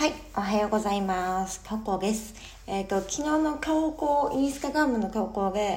はい、おはようございます。ココです。昨日の投稿、インスタグラムの投稿で、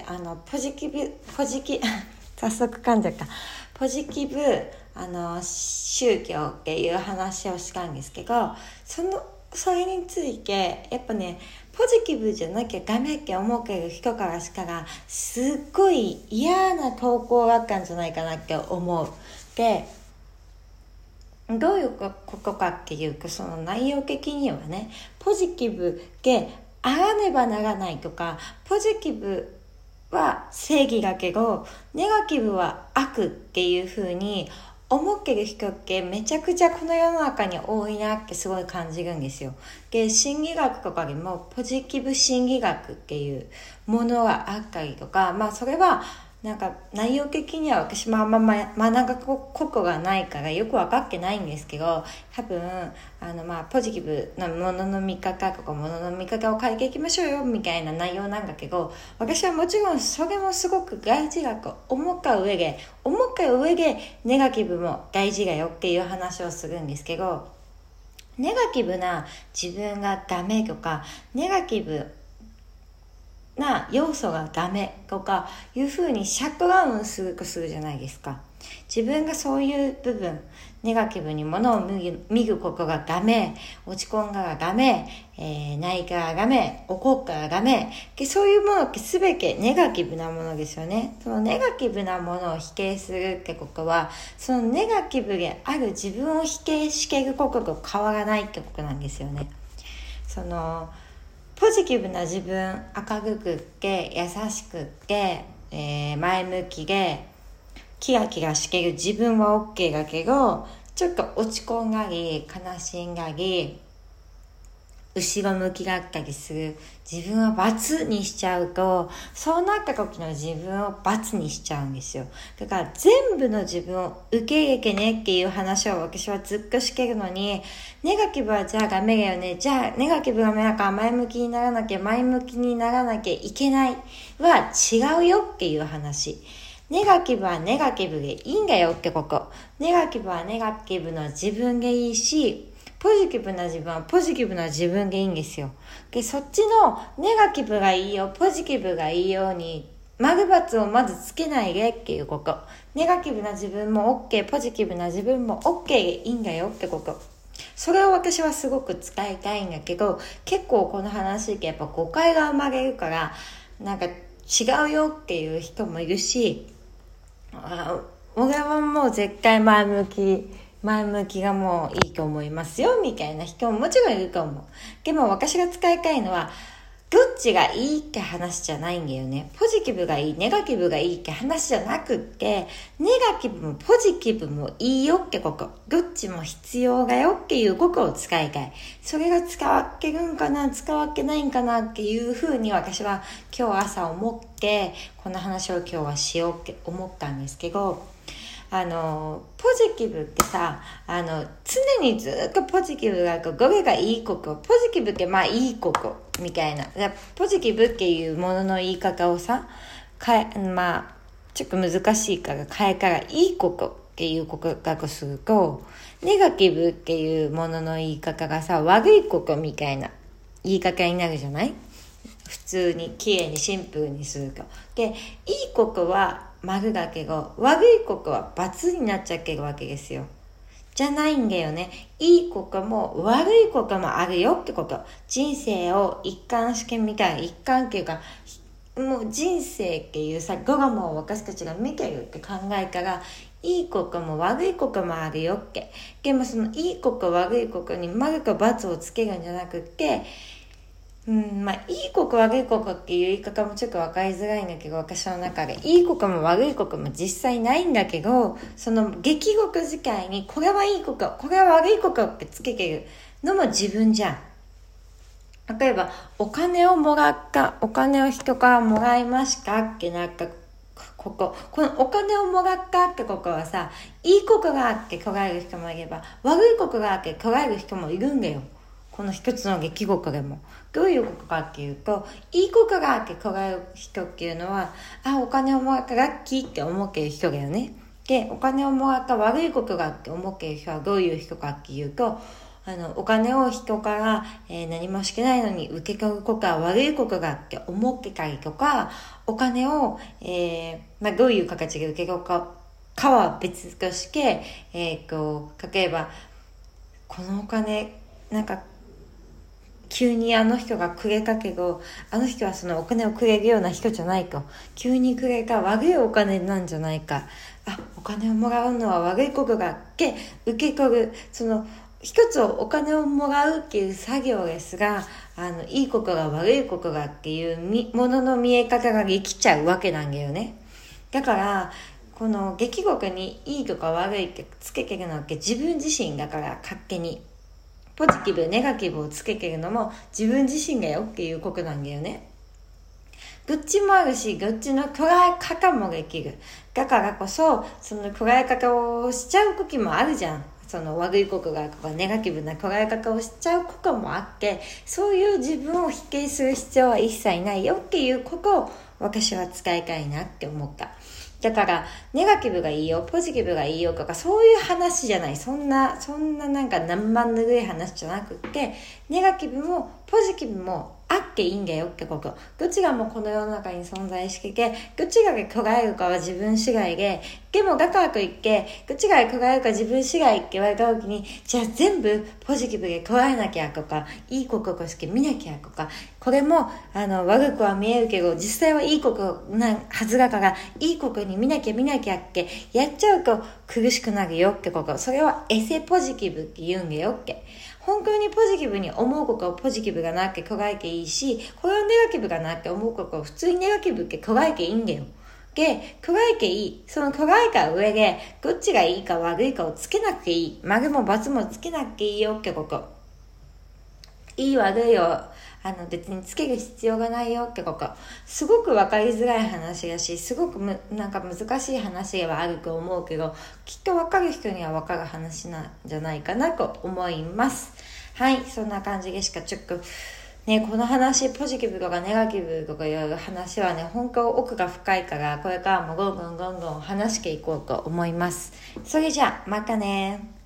早速噛んじゃった。ポジティブ、宗教っていう話をしたんですけど、それについて、やっぱね、ポジティブじゃなきゃダメって思ってる人からしたら、すっごい嫌な投稿だったんじゃないかなって思う。で、どういうことかっていうと、その内容的にはね、ポジティブであらねばならないとか、ポジティブは正義だけどネガティブは悪っていう風に思ってる人ってめちゃくちゃこの世の中に多いなってすごい感じるんですよ。で、心理学とかでもポジティブ心理学っていうものがあったりとか、それはなんか内容的には私もあんま学ぶことがないからよく分かってないんですけど、多分ポジティブなものの見方とかものの見方を変えていきましょうよみたいな内容なんだけど、私はもちろんそれもすごく大事だと思った上でネガティブも大事だよっていう話をするんですけど、ネガティブな自分がダメとかネガティブな要素がダメとかいう風にシャットダウンするじゃないですか。自分がそういう部分、ネガティブにものを見ることがダメ、落ち込んだらダメ、泣いたらダメ、怒ったらダメ、そういうものって全てネガティブなものですよね。そのネガティブなものを否定するってことは、そのネガティブである自分を否定していることと変わらないってことなんですよね。ポジティブな自分、明るくって優しくって、前向きでキラキラしてる自分は OK だけど、ちょっと落ち込んだり悲しんだり後ろ向きだったりする自分を罰にしちゃうと、そうなった時の自分を罰にしちゃうんですよ。だから全部の自分を受け入れてねっていう話を私はずっとしてるのに、ネガティブはじゃあダメだよね、じゃあネガティブがダメだから前向きにならなきゃいけないは違うよっていう話。ネガティブはネガティブでいいんだよってこと。ネガティブはネガティブの自分でいいし、ポジティブな自分はポジティブな自分でいいんですよ。で、そっちのネガティブがいいよ、ポジティブがいいように丸×をまずつけないでっていうこと。ネガティブな自分も OK、ポジティブな自分も OK でいいんだよってこと。それを私はすごく使いたいんだけど、結構この話ってやっぱ誤解が生まれるから、なんか違うよっていう人もいるし、俺はもう絶対前向きがもういいと思いますよみたいな人ももちろんいると思う。でも私が使いたいのはどっちがいいって話じゃないんだよね。ポジティブがいい、ネガティブがいいって話じゃなくって、ネガティブもポジティブもいいよってこと、どっちも必要だよっていうことを使いたい。それが使わっけるんかな、使わっけないんかなっていうふうに私は今日朝思ってこの話を今日はしようって思ったんですけど、ポジティブってさ、常にずっとポジティブがどれがいいこと、ポジティブっていいことみたいな、ポジティブっていうものの言い方をさ、ちょっと難しいから変えたらいいことっていうことだとすると、ネガティブっていうものの言い方がさ、悪いことみたいな言い方になるじゃない？普通に綺麗にシンプルにすると。で、いいことは丸だけど、悪いことは×になっちゃってるわけですよ。じゃないんだよね。いいことも悪いこともあるよってこと。人生を一貫してみたい。一貫っていうか、もう人生っていうさ、ドラマを私たちが見てるって考えたら、いいことも悪いこともあるよって。でもそのいいこと悪いことに丸か×をつけるんじゃなくって、いいこと悪いことっていう言い方もちょっと分かりづらいんだけど、私の中でいいことも悪いことも実際ないんだけど、その出来事自体にこれはいいことこれは悪いことってつけてるのも自分じゃん。例えばお金を人からもらいましたってなったこのお金をもらったってことはさ、いいことがあって捉える人もいれば悪いことがあって捉える人もいるんだよ。この一つの出来事でもどういうことかっていうと、いいことがあって捉える人っていうのは、お金をもらったラッキーって思ってる人だよね。で、お金をもらった悪いことがあって思ってる人はどういう人かっていうと、 お金を人から、何もしてないのに受け取ることは悪いことだって思ってたりとか、お金を、どういう形で受け取るかは別として、例えば、このお金、急にあの人がくれたけど、あの人はそのお金をくれるような人じゃないと。急にくれた悪いお金なんじゃないか。お金をもらうのは悪いことがあって、受け取る。一つお金をもらうっていう作業ですが、いいことが悪いことがっていうものの見え方ができちゃうわけなんだよね。だから、この出来事にいいとか悪いってつけてるのって自分自身だから、勝手に。ポジティブ、ネガティブをつけてるのも自分自身がよっていうことなんだよね。どっちもあるし、どっちの捉え方もできる。だからこそ、その捉え方をしちゃう時もあるじゃん。その悪いことがとかネガティブな捉え方をしちゃうこともあって、そういう自分を否定する必要は一切ないよっていうことを私は伝えたいなって思った。だから、ネガティブがいいよ、ポジティブがいいよとか、そういう話じゃない。そんな何万ぬるい話じゃなくって、ネガティブもポジティブもあっていいんだよってこと。どちらもこの世の中に存在してて、どちらが捉えるかは自分次第で、でもだからといって、どちらが捉えるか自分次第って言われた時に、じゃあ全部ポジティブで捉えなきゃとか、いいこととして見なきゃとか、これも悪くは見えるけど、実際はいいことなはずだから、いいことに見なきゃってやっちゃうと苦しくなるよってこと。それはエセポジティブって言うんだよって。本当にポジティブに思うことをポジティブがなって捉えていいし、これをネガティブがなって思うことを普通にネガティブって捉えていいんだよ。で、捉えていい。その捉えた上で、どっちがいいか悪いかをつけなくていい。丸も×もつけなくていいよってこと。いい悪いを別につける必要がないよってこと。すごく分かりづらい話だし、すごく難しい話ではあると思うけど、きっと分かる人には分かる話なんじゃないかなと思います。はい、そんな感じでしかちょっとね、この話、ポジティブとかネガティブとかいう話はね、本当奥が深いから、これからもゴンゴン話していこうと思います。それじゃあ、またね。